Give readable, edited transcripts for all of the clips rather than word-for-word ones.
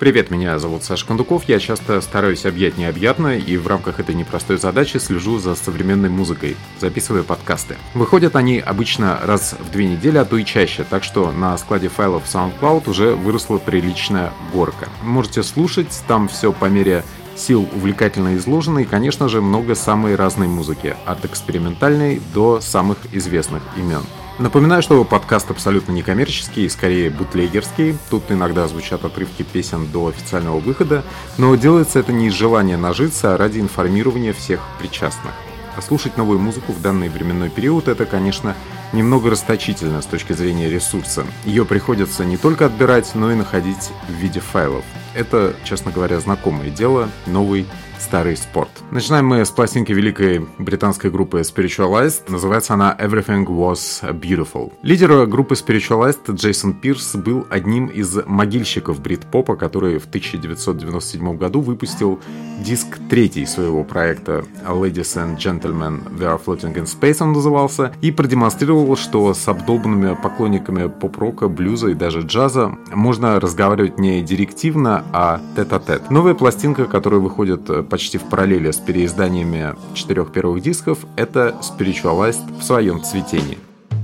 Привет, меня зовут Саша Кондуков, я часто стараюсь объять необъятное и в рамках этой непростой задачи слежу за современной музыкой, записывая подкасты. Выходят они обычно раз в 2 недели, а то и чаще, так что на складе файлов SoundCloud уже выросла приличная горка. Можете слушать, там все по мере сил увлекательно изложено и, конечно же, много самой разной музыки, от экспериментальной до самых известных имен. Напоминаю, что подкаст абсолютно некоммерческий и скорее бутлегерский. Тут иногда звучат отрывки песен до официального выхода, но делается это не из желания нажиться, а ради информирования всех причастных. А слушать новую музыку в данный временной период — это, конечно, немного расточительно с точки зрения ресурса. Ее приходится не только отбирать, но и находить в виде файлов. Это, честно говоря, знакомое дело, новый старый спорт. Начинаем мы с пластинки великой британской группы Spiritualized. Называется она Everything Was Beautiful. Лидер группы Spiritualized Джейсон Пирс был одним из могильщиков брит-попа, который в 1997 году выпусил диск 3 своего проекта Ladies and Gentlemen, We Are Floating in Space он назывался, и продемонстрировал, что с обдолбанными поклонниками поп-рока, блюза и даже джаза можно разговаривать не директивно, а тет-а-тет. Новая пластинка, которая выходит почти в параллели с переизданиями 4 первых дисков, это Spiritualized в своем цветении.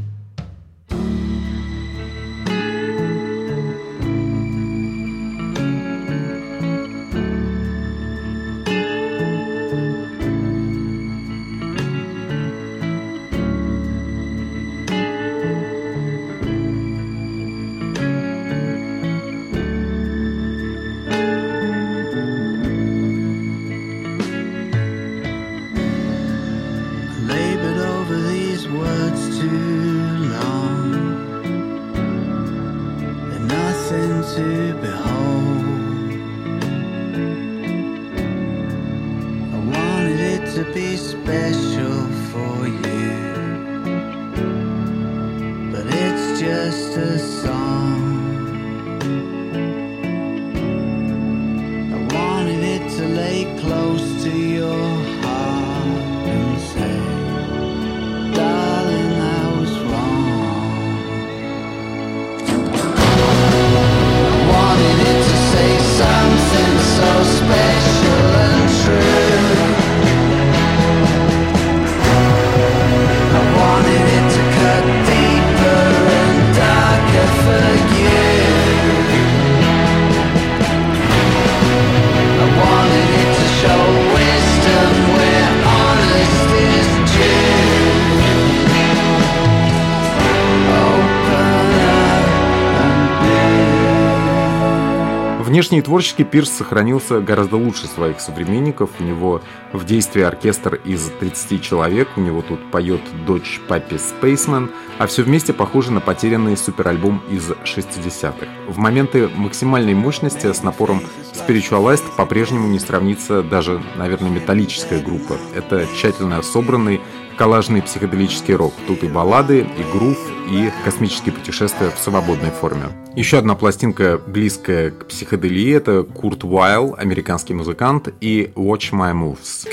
Внешне и творчески Пирс сохранился гораздо лучше своих современников. У него в действии оркестр из 30 человек, у него тут поет дочь Паппи Спейсмен, а все вместе похоже на потерянный суперальбом из 60-х. В моменты максимальной мощности с напором Spiritualized по-прежнему не сравнится даже, наверное, металлическая группа. Это тщательно собранный коллажный психоделический рок. Тут и баллады, и грув, и космические путешествия в свободной форме. Еще одна пластинка, близкая к психоделии, это Курт Уайл, американский музыкант, и Watch My Moves.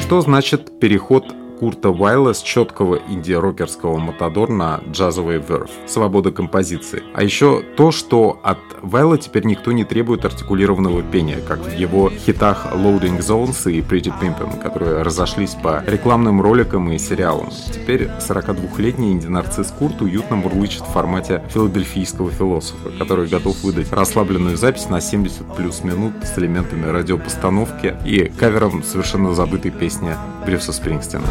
Что значит переход Курта Вайла с четкого инди-рокерского Матадор на джазовый верф, свобода композиции. А еще то, что от Вайла теперь никто не требует артикулированного пения, как в его хитах Loading Zones и Pretty Pimpin', которые разошлись по рекламным роликам и сериалам. Теперь 42-летний инди-нарцисс Курт уютно мурлычет в формате филадельфийского философа, который готов выдать расслабленную запись на 70 плюс минут с элементами радиопостановки и кавером совершенно забытой песни Брюса Спрингстина.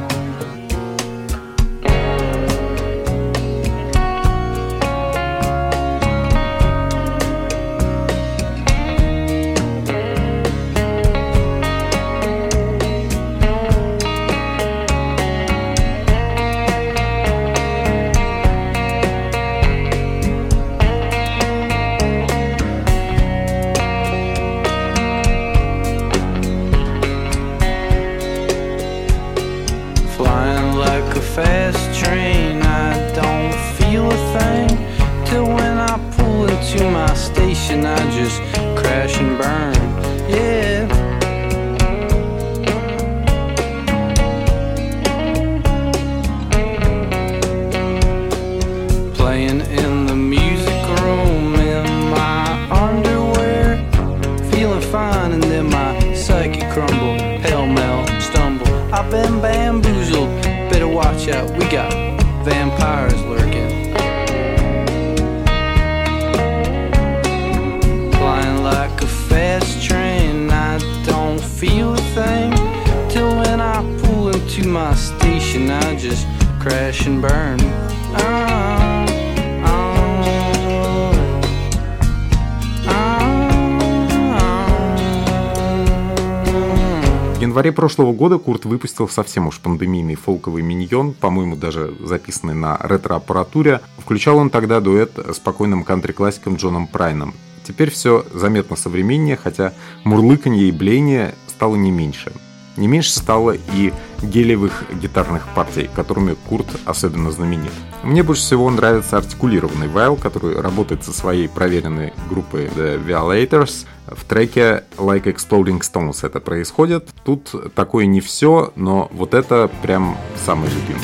В январе прошлого года Курт выпустил совсем уж пандемийный фолковый миньон, по-моему, даже записанный на ретро-аппаратуре. Включал он тогда дуэт с покойным кантри-классиком Джоном Прайном. Теперь все заметно современнее, хотя мурлыканье и блеяние стало не меньше. Не меньше стало и гелевых гитарных партий, которыми Курт особенно знаменит. Мне больше всего нравится артикулированный Вайл, который работает со своей проверенной группой The Violators. В треке Like Exploding Stones это происходит. Тут такое не все, но вот это прям самое любимое.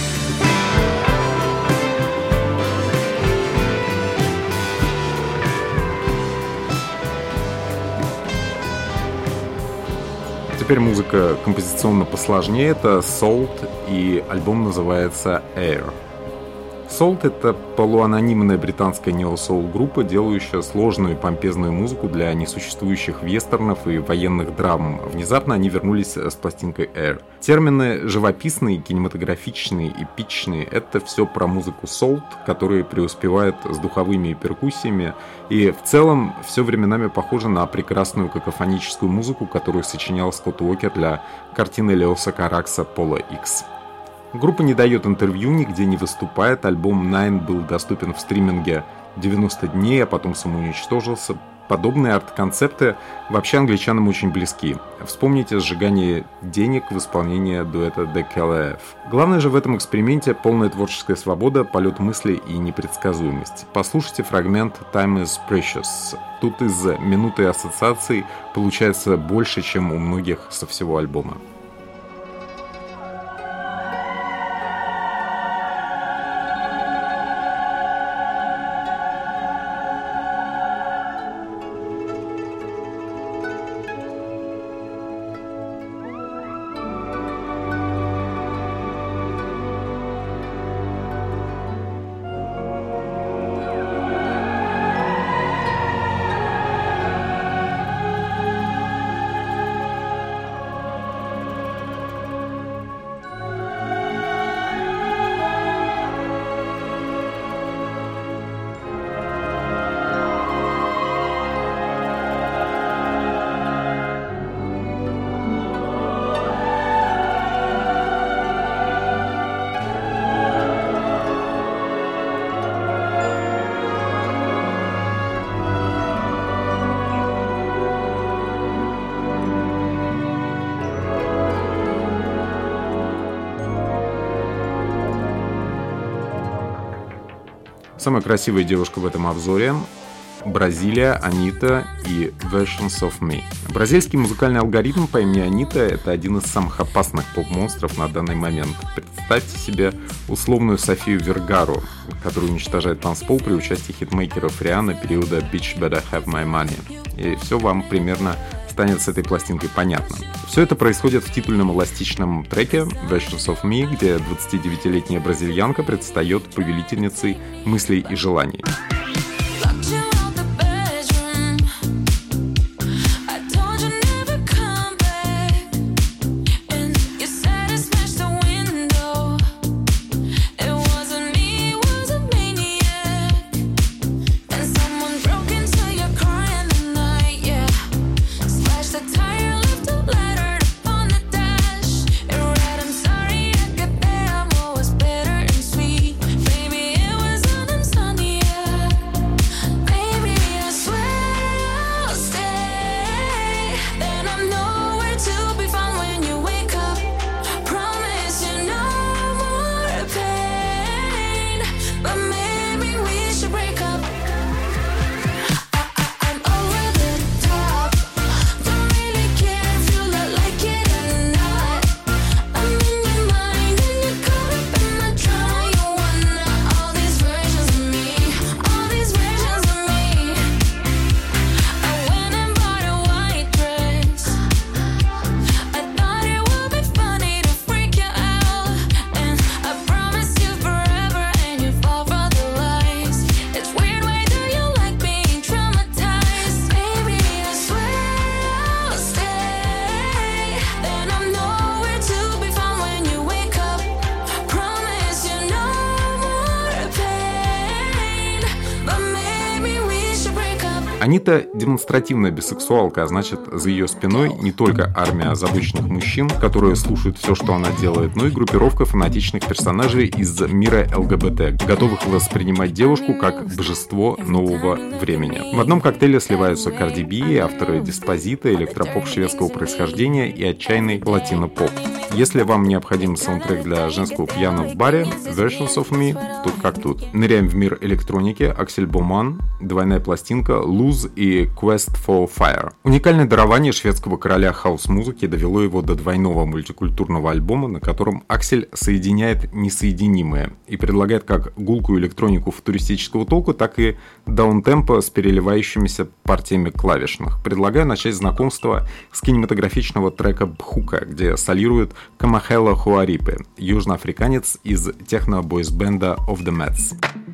Теперь музыка композиционно посложнее. Это Salt, и альбом называется Air. Salt — это полуанонимная британская нео-соул-группа, делающая сложную и помпезную музыку для несуществующих вестернов и военных драм. Внезапно они вернулись с пластинкой Air. Термины живописные, кинематографичные, эпичные — это все про музыку Salt, которые преуспевают с духовыми и перкуссиями, и в целом все временами похоже на прекрасную какофоническую музыку, которую сочинял Скотт Уокер для картины Леоса Каракса «Пола Икс». Группа не дает интервью, нигде не выступает. Альбом Nine был доступен в стриминге 90 дней, а потом самоуничтожился. Подобные арт-концепты вообще англичанам очень близки. Вспомните сжигание денег в исполнении дуэта The KLF. Главное же в этом эксперименте полная творческая свобода, полет мысли и непредсказуемость. Послушайте фрагмент Time is Precious. Тут из-за минуты ассоциаций получается больше, чем у многих со всего альбома. Самая красивая девушка в этом обзоре Бразилия, Анита и Versions of Me. Бразильский музыкальный алгоритм по имени Анита — это один из самых опасных поп-монстров на данный момент. Представьте себе условную Софию Вергару, которая уничтожает танцпол при участии хитмейкеров Риhanna периода Bitch Better Have My Money. И все вам примерно станет с этой пластинкой понятно. Все это происходит в титульном эластичном треке Versions of Me, где 29-летняя бразильянка предстает повелительницей мыслей и желаний. Анита — демонстративная бисексуалка, а значит, за ее спиной не только армия озабоченных мужчин, которые слушают все, что она делает, но и группировка фанатичных персонажей из мира ЛГБТ, готовых воспринимать девушку как божество нового времени. В одном коктейле сливаются Cardi B, авторы Диспозита, электропоп шведского происхождения и отчаянный латино-поп. Если вам необходим саундтрек для женского пьяно в баре, Versions of Me тут как тут. Ныряем в мир электроники, Аксель Боман, двойная пластинка, Lose и Quest for Fire. Уникальное дарование шведского короля хаус-музыки довело его до двойного мультикультурного альбома, на котором Аксель соединяет несоединимое и предлагает как гулкую электронику футуристического толка, так и даунтемпо с переливающимися партиями клавишных. Предлагаю начать знакомство с кинематографичного трека Бхука, где солирует Камахела Хуарипе, южноафриканец из техно-бойс-бенда Of The Mets.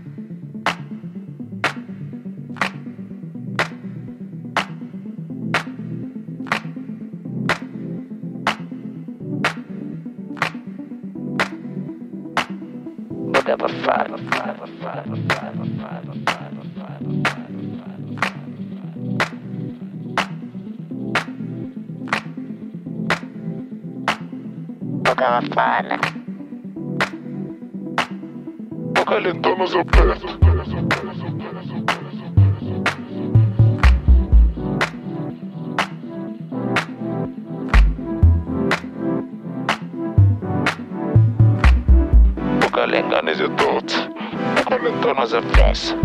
Calentando seu peito. Calentando seu todo. Calentando seu peito.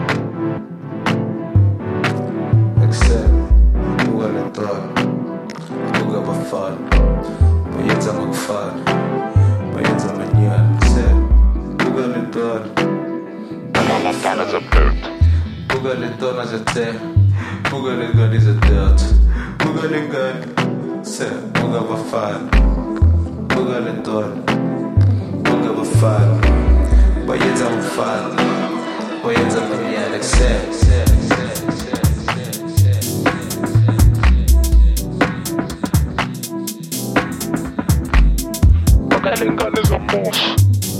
Except, o alentor, o gabafal, o yetzamagfal, o yetzamanyan, except. Calentando seu peito. Calentando seu terra. Calentando seu teto. Calentando seu gabafal. Calentando o gabafal, o yetzamagfal, o yetzamanyan, except. Calentando seu moço.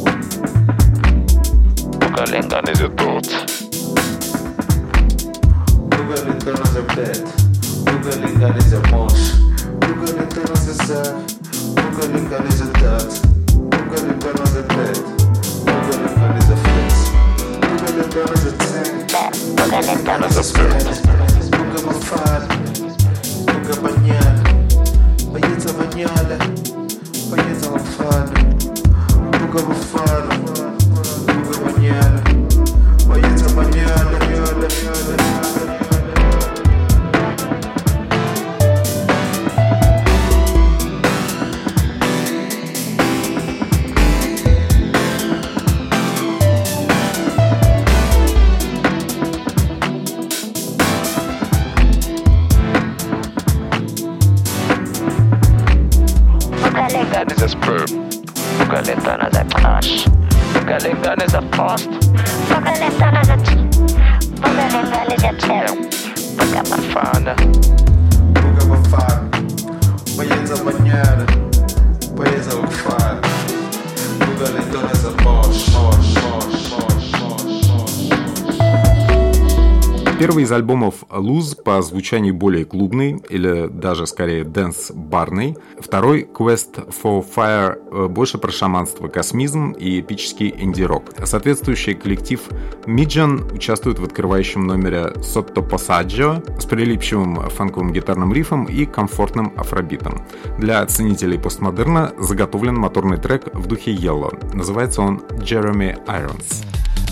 Calentando seu todo. Calentando seu peito. Calentando seu moço. Calentando seu servo. Calentando seu teto. Calentando seu peito. Calentando seu flex. Calentando seu tanque. Calentando seu peito. Calentando banhada. Banheta banhada. Banheta mafada. Mafada. Mañana, mañana, mañana, mañana. Bugaliton is a crush. Bugaliton is a fast. Bugaliton is a Bugaliton is a chill. Bugabafana. Bugabafana. Поедza banhada. Поедza ufada. Bugaliton is a boss. Первый из альбомов Lose по звучанию более клубный, или даже скорее дэнс-барный. Второй Quest for Fire больше про шаманство, космизм и эпический инди-рок. Соответствующий коллектив Midjan участвует в открывающем номере Sotto Passaggio с прилипчивым фанковым гитарным рифом и комфортным афробитом. Для ценителей постмодерна заготовлен моторный трек в духе Yellow. Называется он Jeremy Irons.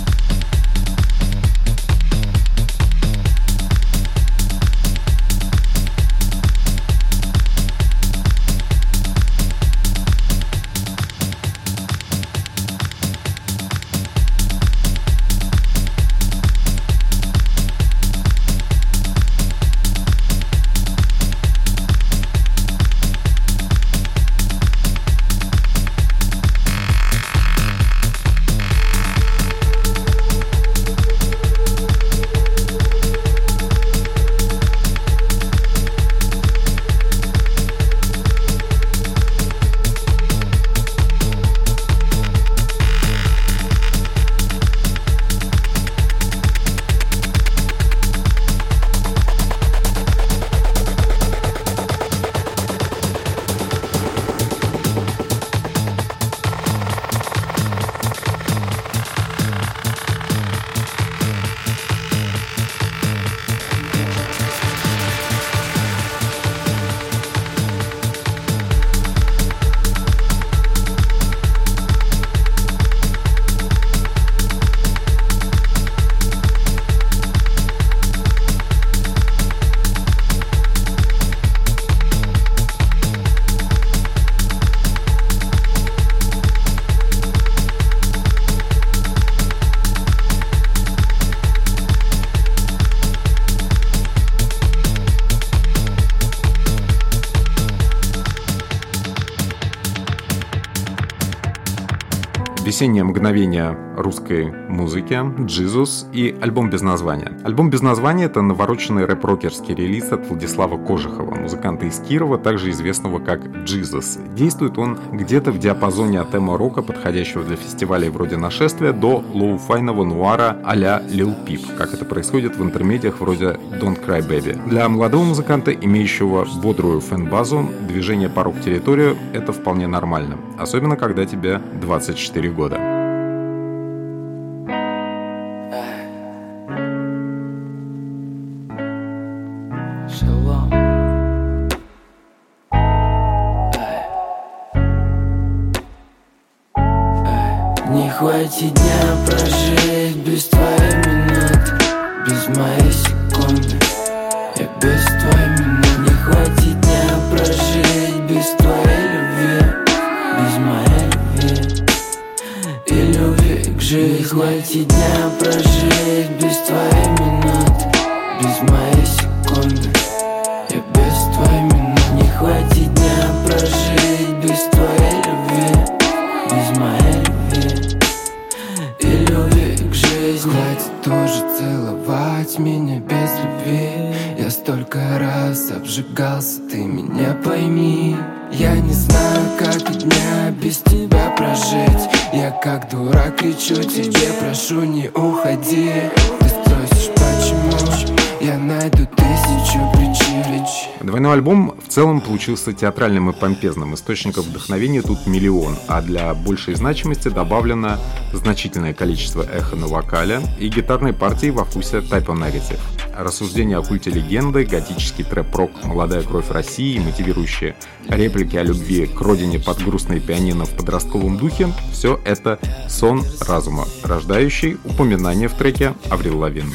Весеннее мгновение русской музыки, Джизус и альбом без названия. Альбом без названия — это навороченный рэп-рокерский релиз от Владислава Кожухова, музыканта из Кирова, также известного как Джизус. Действует он где-то в диапазоне от эмо-рока, подходящего для фестивалей вроде «Нашествия», до лоу-файного нуара а-ля Lil Peep, как это происходит в интермедиях вроде Don't Cry Baby. Для молодого музыканта, имеющего бодрую фэн-базу, движение по рок-территорию — это вполне нормально, особенно когда тебе 24 года. Не хватит дня прожить без твоей минуты, без моей секунды, я без твоей минуты. Не хватит дня прожить без твоей любви, без моей любви и любви к жизни. Не хватит дня прожить без твоей минуты, без моей секунды, я без твоей минуты. Не хватит дня прожить без твоей любви, без моей любви и любви к жизни. Хватит тоже целовать меня без любви. Я столько раз обжигался, ты меня пойми. Я не знаю, как и дня без тебя прожить. Я как дурак кричу тебе, прошу, не уходи. Ты спросишь, почему? Я найду тысячу причин. Двойной альбом в целом получился театральным и помпезным. Источников вдохновения тут миллион, а для большей значимости добавлено значительное количество эха на вокале и гитарной партии во вкусе Type O Negative. Рассуждения о культе легенды, готический трэп-рок, молодая кровь России, мотивирующие реплики о любви к родине под грустное пианино в подростковом духе — все это сон разума, рождающий упоминание в треке Аврил Лавин.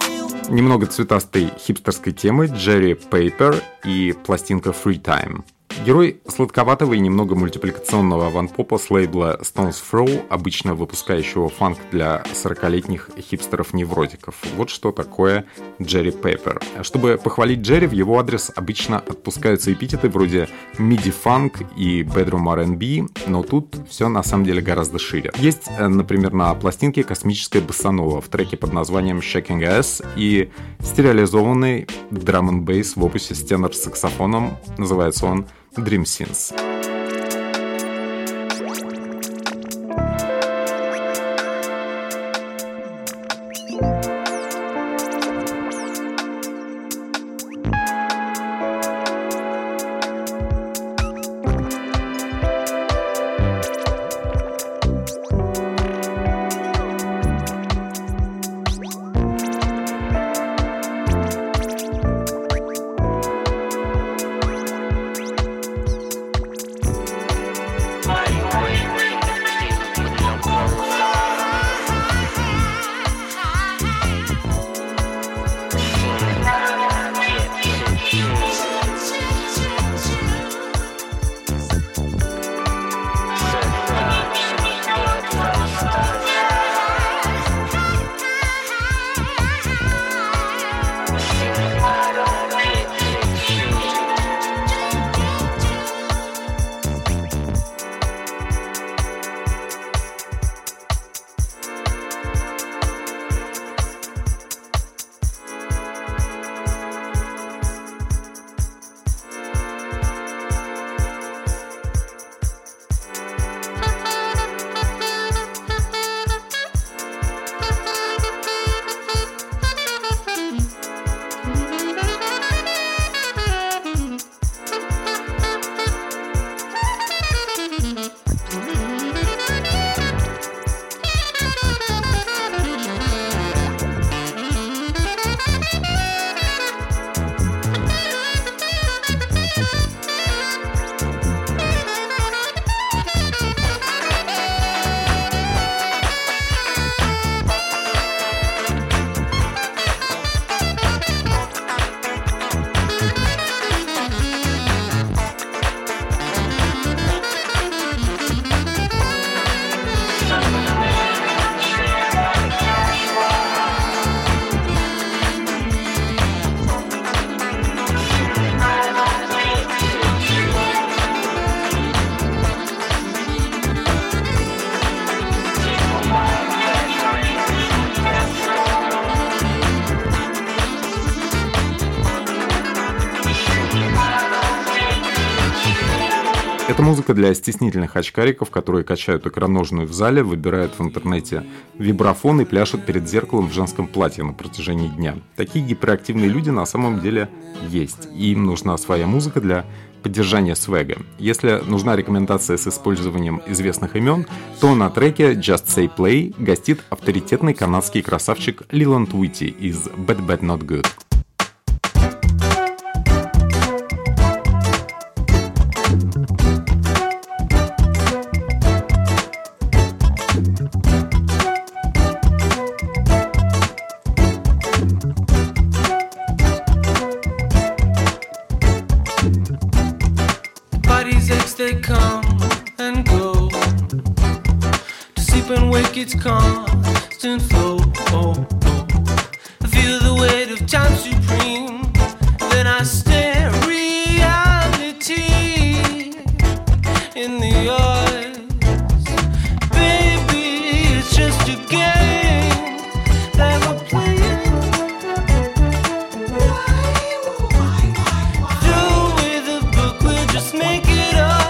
Немного цветастой хипстерской темы Джерри Пейпер и пластинка Free Time. Герой сладковатого и немного мультипликационного аванпопа с лейбла Stones Throw, обычно выпускающего фанк для 40-летних хипстеров-невротиков. Вот что такое Джерри Пейпер. Чтобы похвалить Джерри, в его адрес обычно отпускаются эпитеты вроде миди-фанк и bedroom R&B, но тут все на самом деле гораздо шире. Есть, например, на пластинке космическая боссанова в треке под названием Shaking Ass и стереализованный драм-н-бейс в опусе с тенор-саксофоном, называется он Dream Scenes. Это музыка для стеснительных очкариков, которые качают икроножную в зале, выбирают в интернете вибрафон и пляшут перед зеркалом в женском платье на протяжении дня. Такие гиперактивные люди на самом деле есть, и им нужна своя музыка для поддержания свега. Если нужна рекомендация с использованием известных имен, то на треке Just Say Play гостит авторитетный канадский красавчик Лиланд Уитти из Bad Bad Not Good. They come and go, to sleep and wake it's constant flow. Oh, oh. I feel the weight of time supreme, then I stare reality in the eyes. Baby, it's just a game that we're playing. Through with a book, we'll just make it up.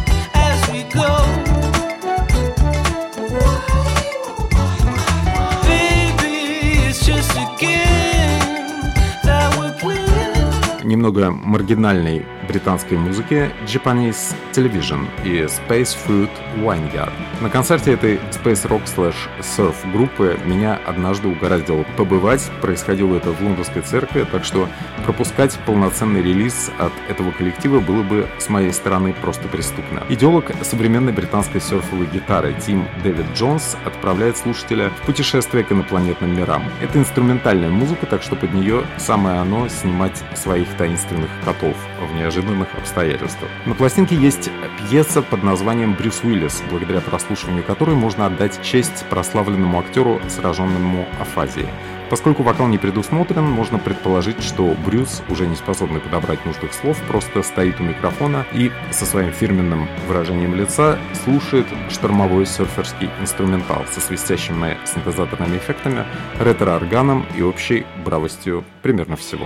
Немного маргинальной британской музыки Japanese Television и Space Food Vineyard. На концерте этой Space Rock / Surf группы меня однажды угораздило побывать. Происходило это в лондонской церкви, так что пропускать полноценный релиз от этого коллектива было бы с моей стороны просто преступно. Идеолог современной британской серфовой гитары Тим Дэвид Джонс отправляет слушателя в путешествие к инопланетным мирам. Это инструментальная музыка, так что под нее самое оно снимать своих таинственных котов в неожиданных неожиданных обстоятельствах. На пластинке есть пьеса под названием «Брюс Уиллис», благодаря прослушиванию которой можно отдать честь прославленному актеру, сраженному афазией. Поскольку вокал не предусмотрен, можно предположить, что Брюс, уже не способный подобрать нужных слов, просто стоит у микрофона и со своим фирменным выражением лица слушает штормовой серферский инструментал со свистящими синтезаторными эффектами, ретро-органом и общей бравостью примерно всего.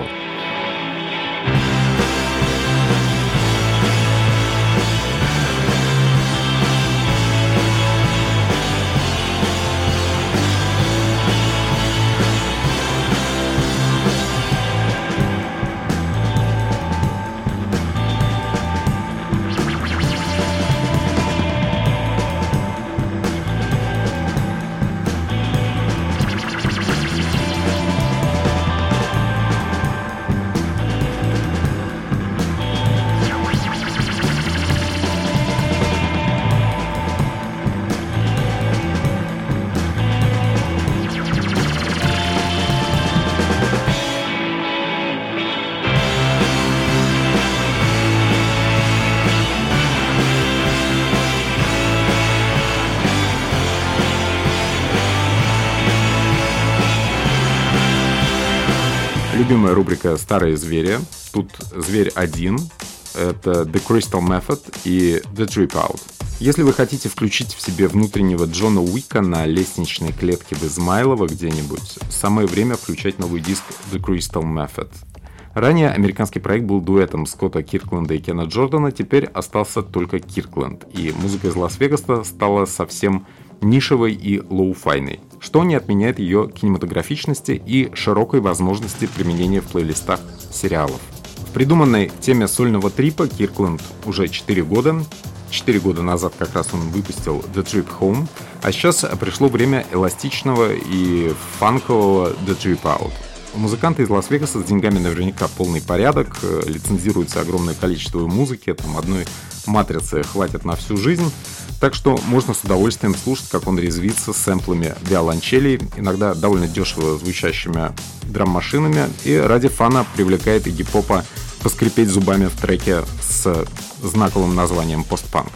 Любимая рубрика «Старые звери». Тут зверь один. Это The Crystal Method и The Trip Out. Если вы хотите включить в себе внутреннего Джона Уика на лестничной клетке в Измайлово где-нибудь, самое время включать новый диск The Crystal Method. Ранее американский проект был дуэтом Скотта Киркленда и Кена Джордана, теперь остался только Киркленд, и музыка из Лас-Вегаса стала совсем нишевой и лоу-файной, что не отменяет ее кинематографичности и широкой возможности применения в плейлистах сериалов. В придуманной теме сольного трипа Киркленд уже 4 года. 4 года назад как раз он выпустил The Trip Home, а сейчас пришло время эластичного и фанкового The Trip Out. У музыканта из Лас-Вегаса с деньгами наверняка полный порядок, лицензируется огромное количество музыки, там одной матрицы хватит на всю жизнь, так что можно с удовольствием слушать, как он резвится с сэмплами виолончелей, иногда довольно дешево звучащими драм-машинами, и ради фана привлекает Игги Попа поскрипеть зубами в треке с знаковым названием «Постпанк».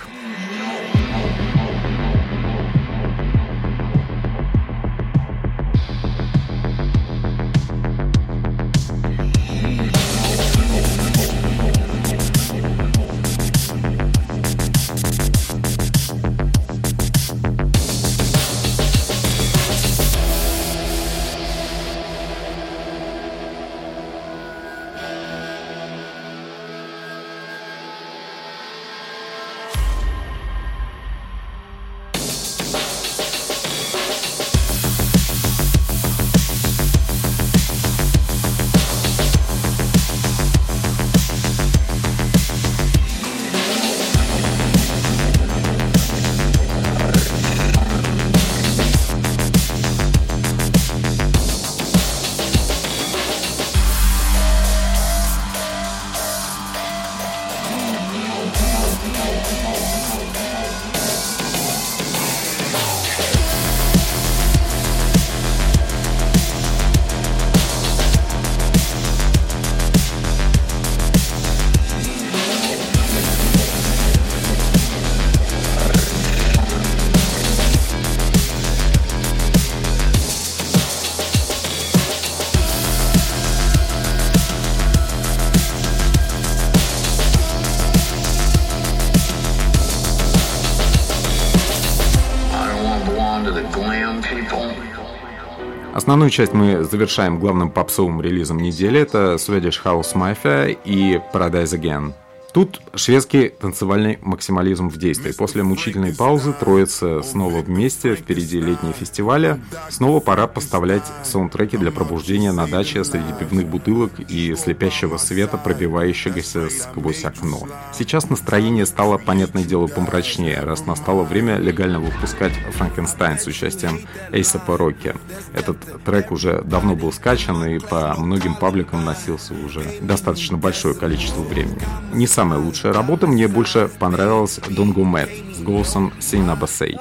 Основную часть мы завершаем главным попсовым релизом недели. Это Swedish House Mafia и Paradise Again. Тут шведский танцевальный максимализм в действии. После мучительной паузы троица снова вместе, впереди летние фестивали. Снова пора поставлять саундтреки для пробуждения на даче среди пивных бутылок и слепящего света, пробивающегося сквозь окно. Сейчас настроение стало, понятное дело, помрачнее, раз настало время легально выпускать Франкенстайн с участием Эйсапа Рокки. Этот трек уже давно был скачан и по многим пабликам носился уже достаточно большое количество времени. Не самая лучшая работа, мне больше понравилась Don't Go Mad с голосом Сейна Бассей.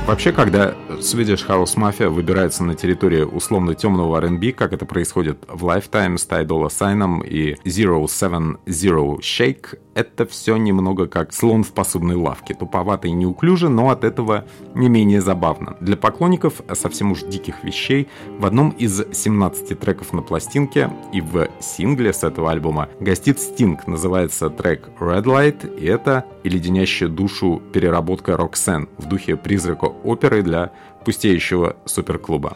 Вообще, когда Swedish House Mafia выбирается на территорию условно темного R&B, как это происходит в Lifetime с Ty Dolla Sign'ом и 070 Shake, это все немного как слон в посудной лавке. Туповато и неуклюже, но от этого не менее забавно. Для поклонников совсем уж диких вещей в одном из 17 треков на пластинке и в сингле с этого альбома гостит Sting. Называется трек Red Light, и это и леденящая душу переработка Roxanne в духе призрака оперы для пустеющего суперклуба.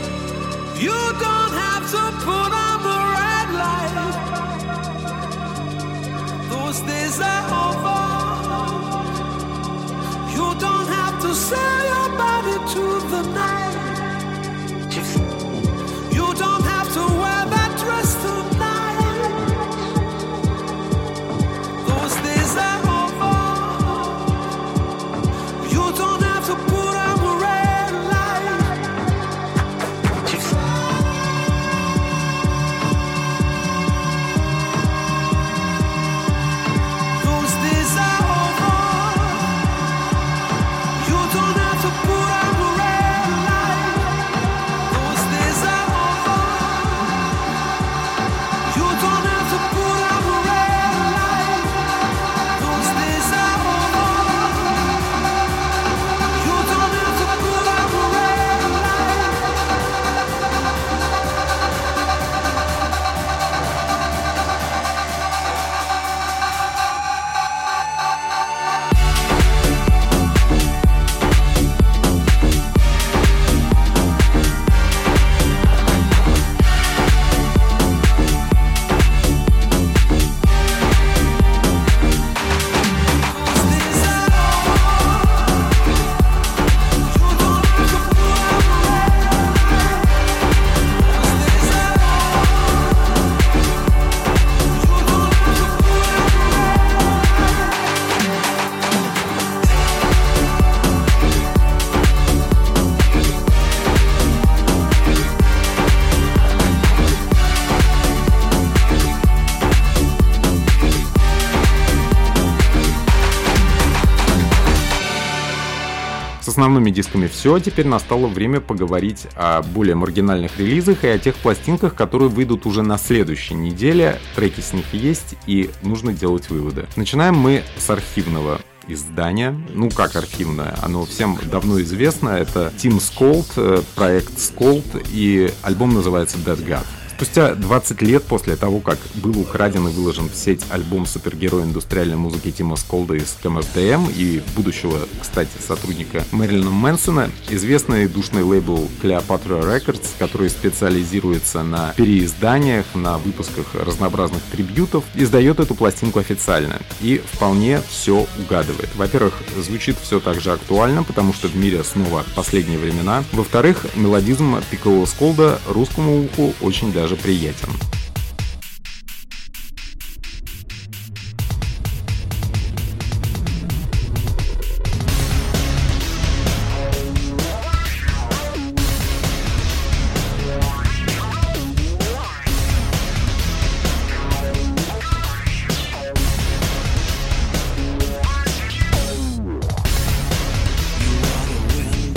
С основными дисками все, теперь настало время поговорить о более маргинальных релизах и о тех пластинках, которые выйдут уже на следующей неделе. Треки с них есть, и нужно делать выводы. Начинаем мы с архивного издания. Ну как архивное, оно всем давно известно. Это Team Scold, проект Scold, и альбом называется Dead God. Спустя 20 лет после того, как был украден и выложен в сеть альбом супергероя индустриальной музыки Тима Сколда из КМФДМ и будущего, кстати, сотрудника Мэрилина Мэнсона, известный душный лейбл Cleopatra Records, который специализируется на переизданиях, на выпусках разнообразных трибьютов, издает эту пластинку официально и вполне все угадывает. Во-первых, звучит все так же актуально, потому что в мире снова последние времена. Во-вторых, мелодизм пикового Сколда русскому уху очень даже приятен.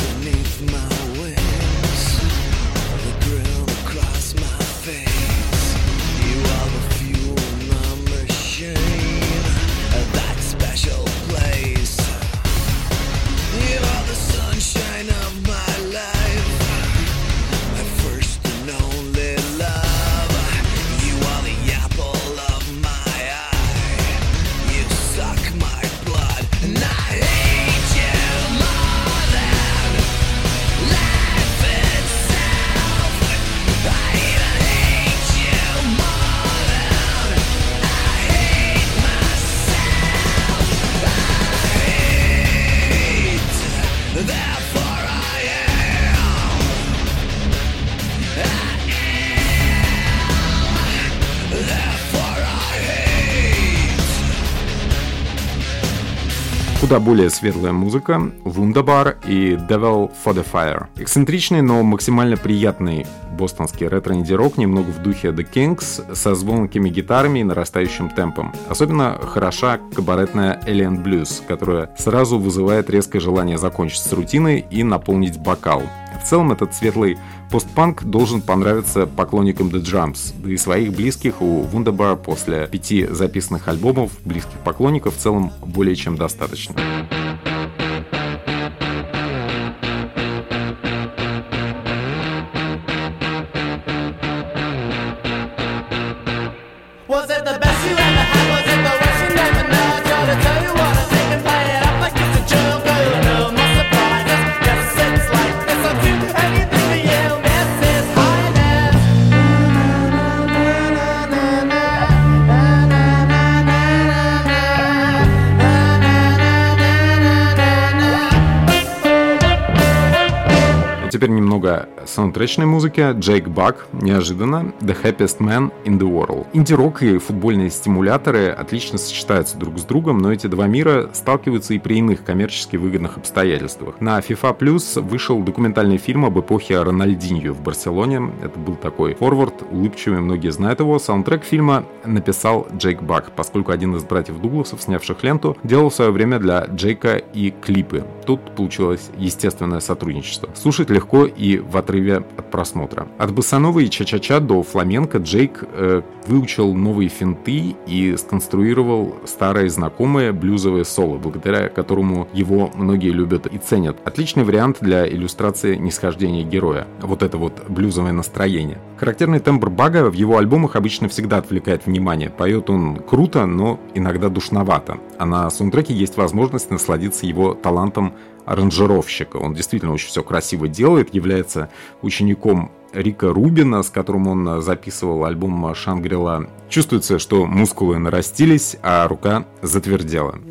Across my face Куда более светлая музыка Wunderbar и Devil for the Fire. Эксцентричный, но максимально приятный бостонский ретро-инди-рок, немного в духе The Kings, со звонкими гитарами и нарастающим темпом. Особенно хороша кабаретная Alien Blues, которая сразу вызывает резкое желание закончить с рутиной и наполнить бокал. В целом этот светлый постпанк должен понравиться поклонникам The Drums, да и своих близких у Wunderbar после 5 записанных альбомов близких поклонников в целом более чем достаточно. Теперь немного саундтречной музыки. Джейк Бак, неожиданно, The Happiest Man in the World. Инди-рок и футбольные стимуляторы отлично сочетаются друг с другом, но эти два мира сталкиваются и при иных коммерчески выгодных обстоятельствах. На FIFA Plus вышел документальный фильм об эпохе Рональдиньо в Барселоне. Это был такой форвард, улыбчивый, многие знают его. Саундтрек фильма написал Джейк Бак, поскольку один из братьев Дугласов, снявших ленту, делал в свое время для Джейка и клипы. Тут получилось естественное сотрудничество. Слушать легко и в отрыве от просмотра. От боссановой и ча-ча-ча до фламенко Джейк выучил новые финты и сконструировал старые знакомые блюзовые соло, благодаря которому его многие любят и ценят. Отличный вариант для иллюстрации нисхождения героя. Вот это вот блюзовое настроение. Характерный тембр Бага в его альбомах обычно всегда отвлекает внимание. Поет он круто, но иногда душновато. А на саундтреке есть возможность насладиться его талантом аранжировщика. Он действительно очень все красиво делает, является учеником Рика Рубина, с которым он записывал альбом «Шангри-Ла». Чувствуется, что мускулы нарастились, а рука затвердела.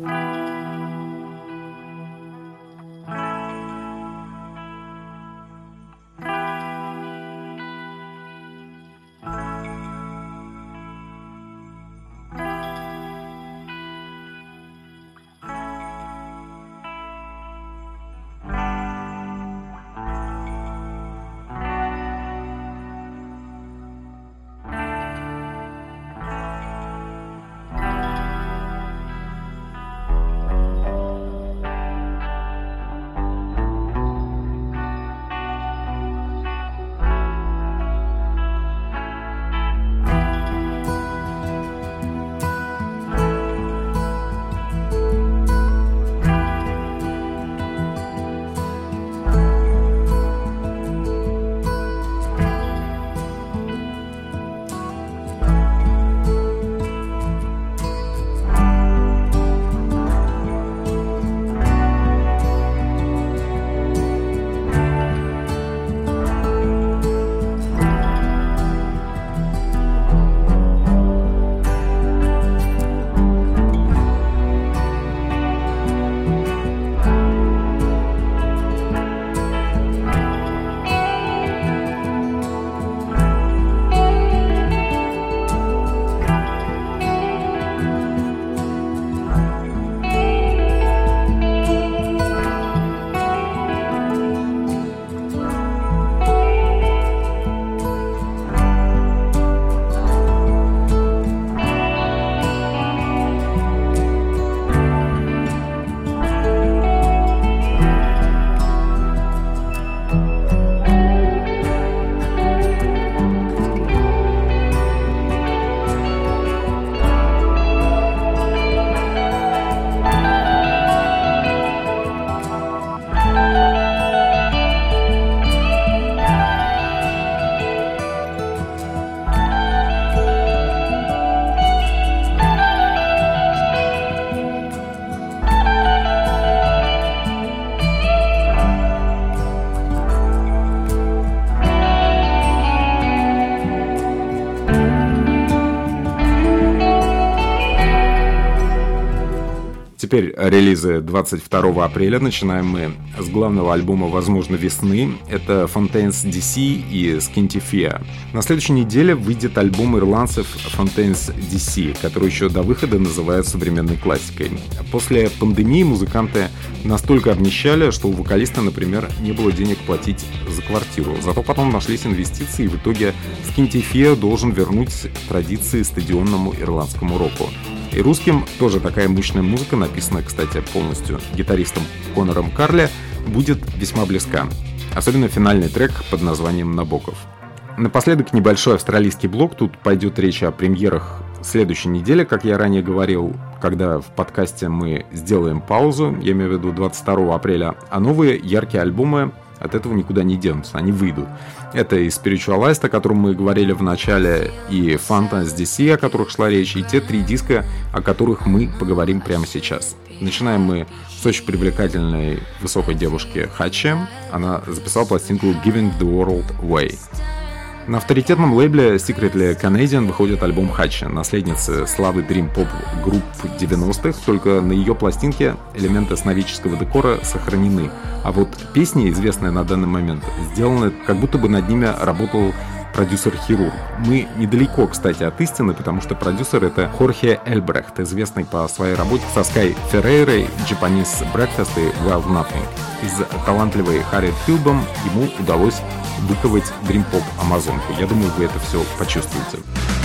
теперь релизы 22 апреля. Начинаем мы с главного альбома, возможно, весны. Это Fontaines DC и Skinty Fear. На следующей неделе выйдет альбом ирландцев Fontaines DC, который еще до выхода называют современной классикой. После пандемии музыканты настолько обнищали, что у вокалиста, например, не было денег платить за квартиру. Зато потом нашлись инвестиции, и в итоге Skinty Fear должен вернуть традиции стадионному ирландскому року. И русским тоже такая мощная музыка, написанная, кстати, полностью гитаристом Конором Карли, будет весьма близка. Особенно финальный трек под названием «Набоков». Напоследок небольшой австралийский блок. Тут пойдет речь о премьерах следующей недели, как я ранее говорил, когда в подкасте мы сделаем паузу, я имею в виду 22 апреля, а новые яркие альбомы от этого никуда не денутся, они выйдут. Это и Spiritualized, о котором мы говорили в начале, и Fontaines DC, о которых шла речь, и те 3 диска, о которых мы поговорим прямо сейчас. Начинаем мы с очень привлекательной высокой девушки Хачи. Она записала пластинку Giving the World Away. На авторитетном лейбле Secretly Canadian выходит альбом Хачи, наследницы славы дрим-поп групп 90-х, только на ее пластинке элементы сновидческого декора сохранены, а вот песни, известные на данный момент, сделаны, как будто бы над ними работал продюсер-хирург. Мы недалеко, кстати, от истины, потому что продюсер — это Хорхе Эльбрехт, известный по своей работе со Скай Феррейрой, Japanese Breakfast и Wild Nothing. Из талантливой Харриет Филбом ему удалось выковать дрим-поп амазонку. Я думаю, вы это все почувствуете.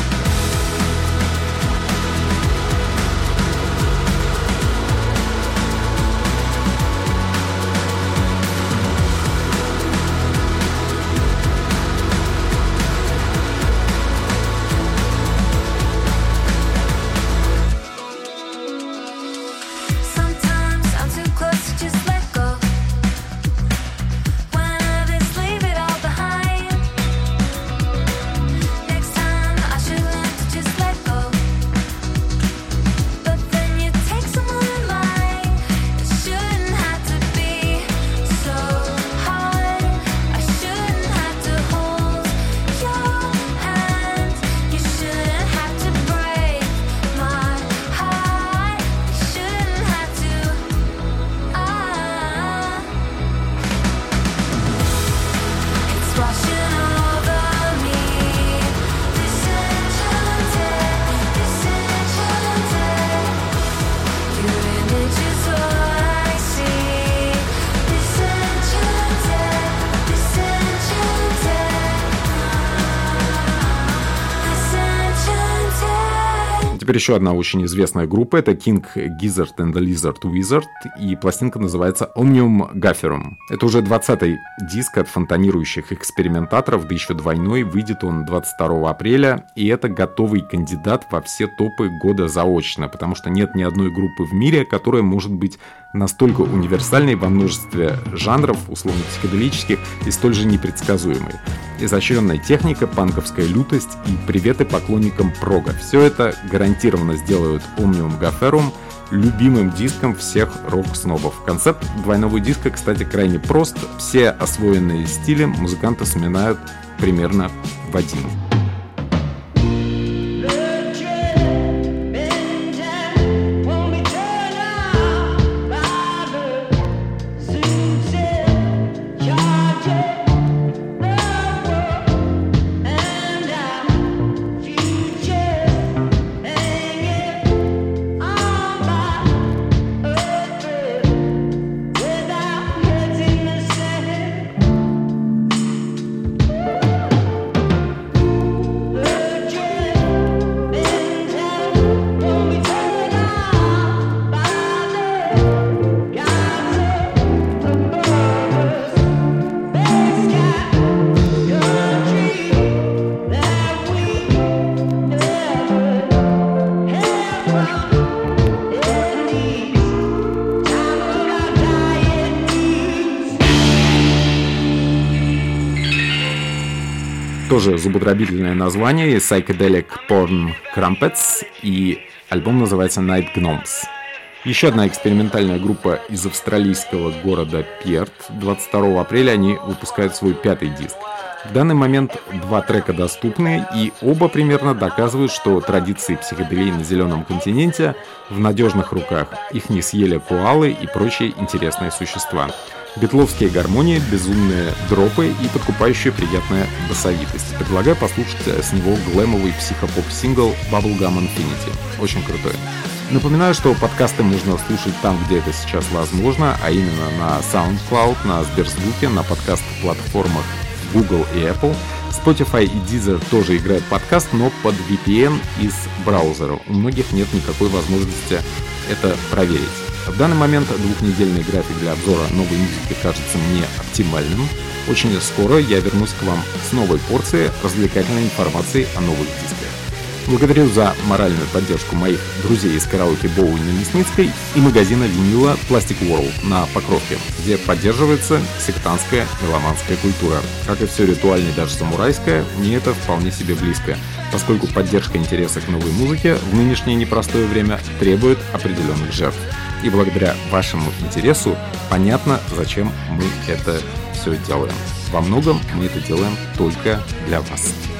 Теперь еще одна очень известная группа, это King Gizzard and the Lizard Wizard, и пластинка называется Omnium Gafferum. Это уже 20-й диск от фонтанирующих экспериментаторов, да еще двойной, выйдет он 22 апреля, и это готовый кандидат во все топы года заочно, потому что нет ни одной группы в мире, которая может быть настолько универсальной во множестве жанров, условно-психоделических, и столь же непредсказуемой. Изощренная техника, панковская лютость и приветы поклонникам прога. Все это гарантированно сделают Omnium Gafferum любимым диском всех рок-снобов. Концепт двойного диска, кстати, крайне прост. Все освоенные стили музыканты сминают примерно в один. Тоже зубодробительное название, Psychedelic Porn Crumpets, и альбом называется Night Gnomes. Еще одна экспериментальная группа из австралийского города Перт. 22 апреля они выпускают свой 5-й диск. В данный момент 2 трека доступны, и оба примерно доказывают, что традиции психоделии на Зеленом континенте в надежных руках. Их не съели коалы и прочие интересные существа. Битловские гармонии, безумные дропы и подкупающая приятная басовитость. Предлагаю послушать с него глэмовый психопоп-сингл Bubblegum Infinity. Очень крутой. Напоминаю, что подкасты можно слушать там, где это сейчас возможно, а именно на SoundCloud, на Сберзвуке, на подкаст-платформах Google и Apple. Spotify и Deezer тоже играют подкаст, но под VPN из браузера. У многих нет никакой возможности это проверить. В данный момент 2-недельный график для обзора новой музыки кажется мне оптимальным. Очень скоро я вернусь к вам с новой порцией развлекательной информации о новых дисках. Благодарю за моральную поддержку моих друзей из караоке Боуи на Мясницкой и магазина винила Plastic World на Покровке, где поддерживается сектантская меломанская культура. Как и все ритуальное, даже самурайское, мне это вполне себе близко, поскольку поддержка интереса к новой музыке в нынешнее непростое время требует определенных жертв. И благодаря вашему интересу понятно, зачем мы это все делаем. Во многом мы это делаем только для вас.